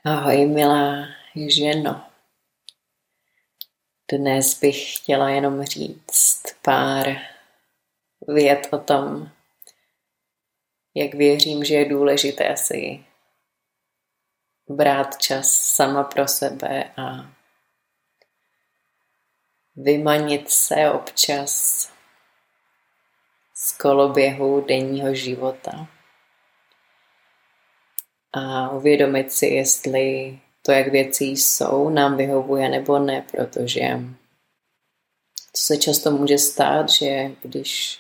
Ahoj, milá ženo. Dnes bych chtěla jenom říct pár vět o tom, jak věřím, že je důležité si brát čas sama pro sebe a vymanit se občas z koloběhu denního života a uvědomit si, jestli to, jak věci jsou, nám vyhovuje nebo ne, protože to se často může stát, že když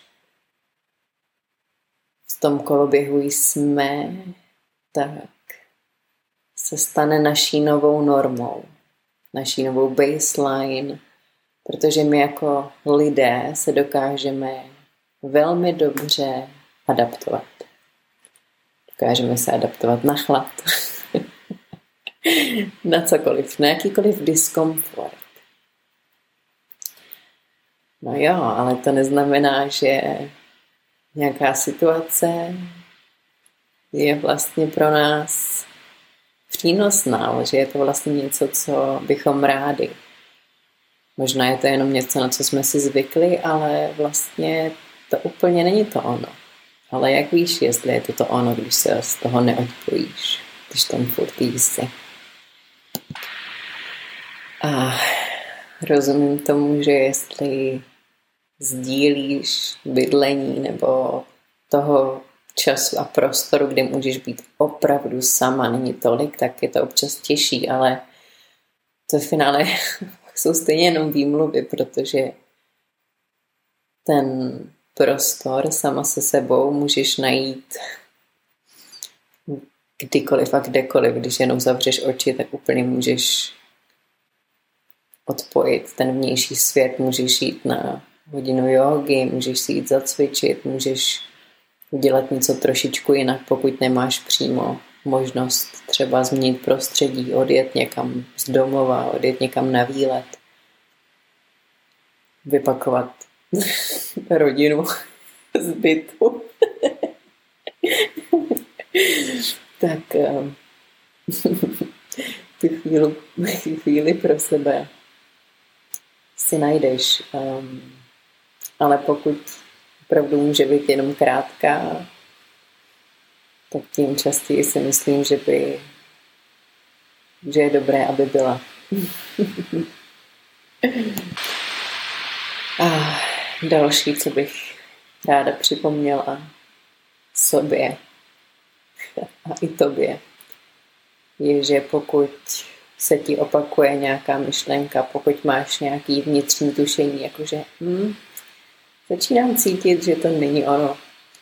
v tom koloběhu jsme, tak se stane naší novou normou, naší novou baseline, protože my jako lidé se dokážeme velmi dobře adaptovat. Dokážeme se adaptovat na chlad, na cokoliv, na jakýkoliv diskomfort. No jo, ale to neznamená, že nějaká situace je vlastně pro nás přínosná, že je to vlastně něco, co bychom rádi. Možná je to jenom něco, na co jsme si zvykli, ale vlastně to úplně není to ono. Ale jak víš, jestli je to ono, když se z toho neodpojíš, když tam furt jsi. A rozumím tomu, že jestli sdílíš bydlení nebo toho času a prostoru, kde můžeš být opravdu sama, není tolik, tak je to občas těžší, ale to v finále jsou stejně jenom výmluvy, protože ten prostor sama se sebou můžeš najít kdykoliv a kdekoliv. Když jenom zavřeš oči, tak úplně můžeš odpojit ten vnější svět, můžeš jít na hodinu jógy, můžeš si jít zacvičit, můžeš udělat něco trošičku jinak, pokud nemáš přímo možnost třeba změnit prostředí, odjet někam z domova, odjet někam na výlet, vypakovat rodinu z bytu. Tak tu chvíli pro sebe si najdeš. Ale pokud opravdu může být jenom krátká, tak tím častěji si myslím, že je dobré, aby byla. A další, co bych ráda připomněla sobě a i tobě, je, že pokud se ti opakuje nějaká myšlenka, pokud máš nějaký vnitřní tušení, jakože začínám cítit, že to není ono.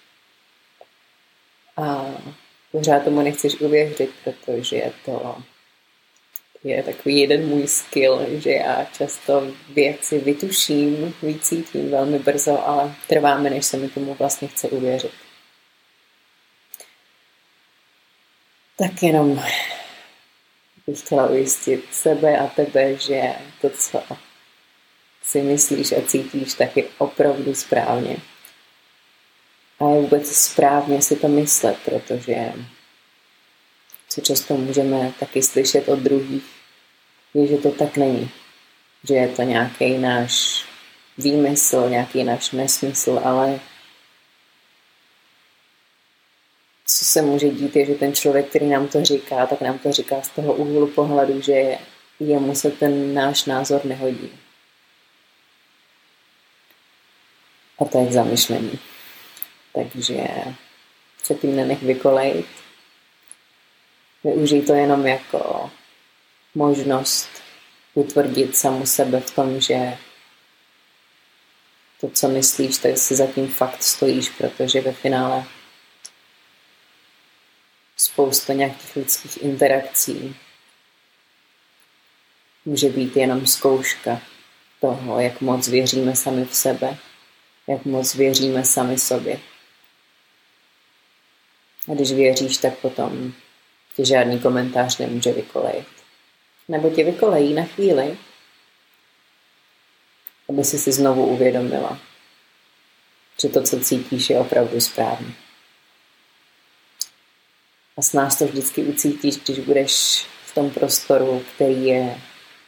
A pořád tomu nechceš uvěřit, protože to je takový jeden můj skill, že já často věci vytuším, vycítím velmi brzo, ale trváme, než se mi tomu vlastně chce uvěřit. Tak jenom bych chtěla ujistit sebe a tebe, že to, co si myslíš a cítíš, tak je opravdu správně. A je vůbec správně si to myslet, protože co často můžeme taky slyšet od druhých, je, že to tak není. Že je to nějaký náš výmysl, nějaký náš nesmysl, ale co se může dít, je, že ten člověk, který nám to říká, tak nám to říká z toho úhlu pohledu, že jemu se ten náš názor nehodí. A to je k zamyšlení. Takže se tím nenech vykolejit. Využij to jenom jako možnost utvrdit samu sebe v tom, že to, co myslíš, tak si zatím fakt stojíš, protože ve finále spousta nějakých lidských interakcí může být jenom zkouška toho, jak moc věříme sami v sebe, jak moc věříme sami sobě. A když věříš, tak potom tě žádný komentář nemůže vykolejit. Nebo tě vykolejí na chvíli, aby si znovu uvědomila, že to, co cítíš, je opravdu správně. A s nás to vždycky ucítíš, když budeš v tom prostoru, který je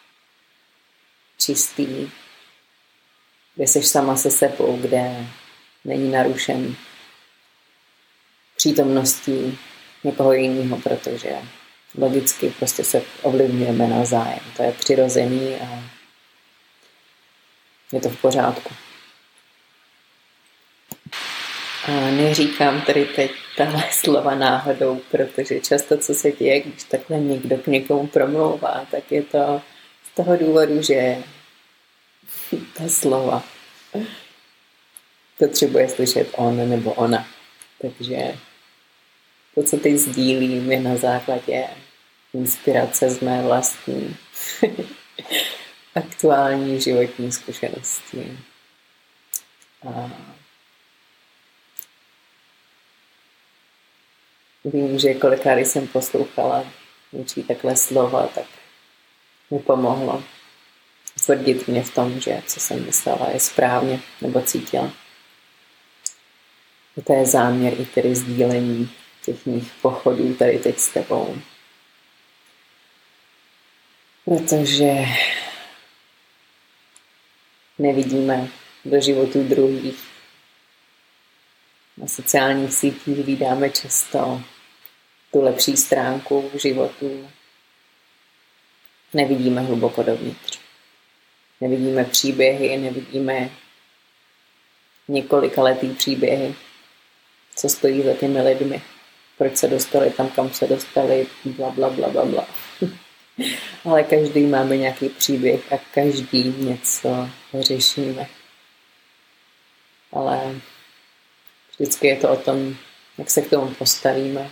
čistý, kde jsi sama se sebou, kde není narušen přítomností někoho jiného, protože logicky prostě se ovlivňujeme navzájem. To je přirozený a je to v pořádku. A neříkám tady teď tahle slova náhodou, protože často, co se děje, když takhle někdo k někomu promlouvá, tak je to z toho důvodu, že ta slova potřebuje slyšet on nebo ona. Takže to, co teď sdílím, je na základě inspirace z mé vlastní aktuální životní zkušenosti. A vím, že kolikrát jsem poslouchala něčí takhle slova, tak mi pomohlo tvrdit mě v tom, že co jsem myslela je správně nebo cítila. A to je záměr i tedy sdílení těch mých pochodů tady teď s tebou. Protože nevidíme do životů druhých. Na sociálních sítích vídáme často tu lepší stránku životu. Nevidíme hluboko dovnitř. Nevidíme příběhy, nevidíme několikaletý příběhy, co stojí za těmi lidmi. Proč se dostali tam, kam se dostali, bla, bla, bla, bla, bla. Ale každý máme nějaký příběh a každý něco řešíme. Ale vždycky je to o tom, jak se k tomu postavíme.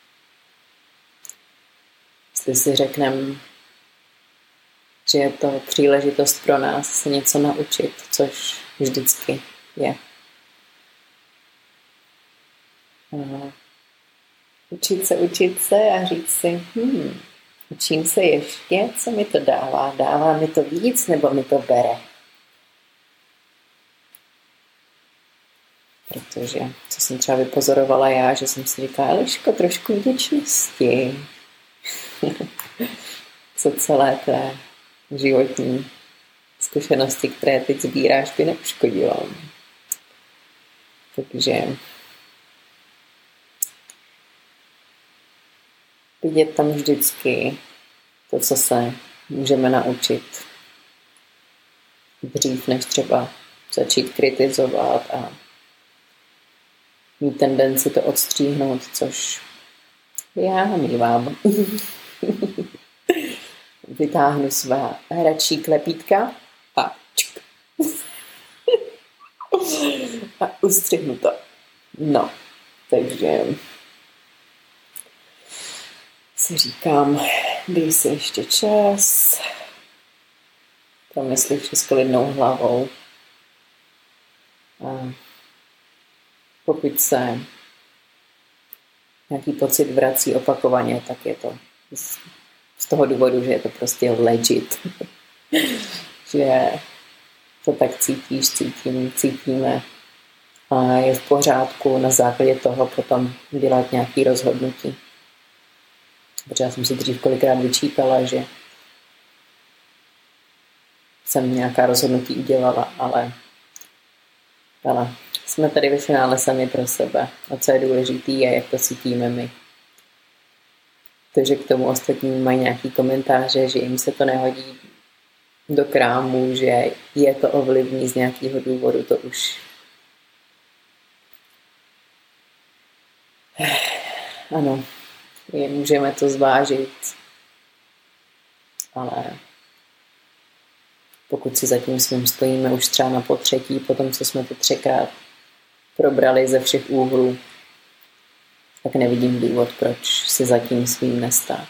Jestli si řekneme, že je to příležitost pro nás se něco naučit, což vždycky je. Učit se a říct si, učím se ještě, co mi to dává. Dává mi to víc, nebo mi to bere? Protože, co jsem třeba vypozorovala já, že jsem si říkala, Eliško, trošku vděčnosti. Co celé té životní zkušenosti, které teď sbíráš, by neuškodilo. Takže vidět tam vždycky to, co se můžeme naučit dřív, než třeba začít kritizovat a mít tendenci to odstříhnout, což já mívám. Vytáhnu svá hračí klepítka a čuk. A ustřihnu to. No, takže si říkám, dej si ještě čas, promysli vše s klidnou hlavou. A pokud se nějaký pocit vrací opakovaně, tak je to z toho důvodu, že je to prostě legit. Že to tak cítíš, cítíme a je v pořádku na základě toho potom dělat nějaké rozhodnutí. Protože já jsem si dřív kolikrát vyčítala, že jsem nějaká rozhodnutí udělala, ale jsme tady ve finále sami pro sebe. A co je důležité, je, jak to cítíme my. Takže k tomu ostatní mají nějaký komentáře, že jim se to nehodí do krámu, že je to ovlivní z nějakého důvodu, to už ano, můžeme to zvážit, ale pokud si zatím svým stojíme už třeba na potřetí, potom co jsme to 3krát probrali ze všech úhlů, tak nevidím důvod, proč si zatím svým nestát.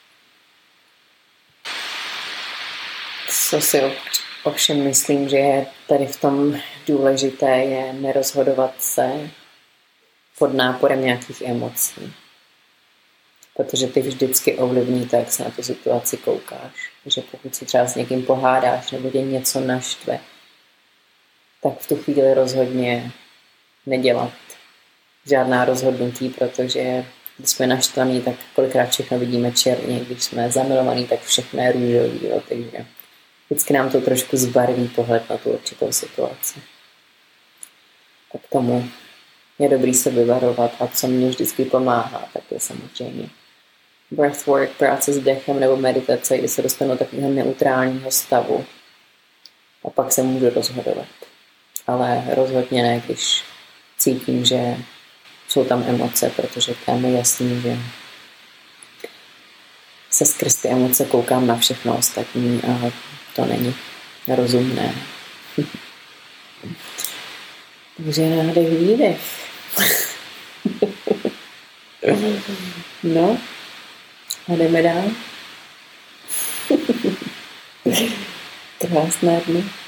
Co si ovšem myslím, že je tady v tom důležité, je nerozhodovat se pod náporem nějakých emocí. Protože ty vždycky ovlivní to, jak se na tu situaci koukáš. Že pokud si třeba s někým pohádáš nebo tě něco naštve, tak v tu chvíli rozhodně nedělat žádná rozhodnutí, protože Když jsme naštvaný, tak kolikrát všechno vidíme černě, když jsme zamilovaný, tak všechno je růžový, jo, takže vždycky nám to trošku zbarví pohled na tu určitou situaci. A k tomu je dobrý se vyvarovat a co mě vždycky pomáhá, tak je samozřejmě breathwork, práce s dechem nebo meditace, kdy se dostanu do takového neutrálního stavu a pak se můžu rozhodovat. Ale rozhodně ne, když cítím, že jsou tam emoce, protože to je mi jasný, že se skrz ty emoce koukám na všechno ostatní a to není rozumné. Takže nádech, výdech. No, a jdeme dál. Krásné dny.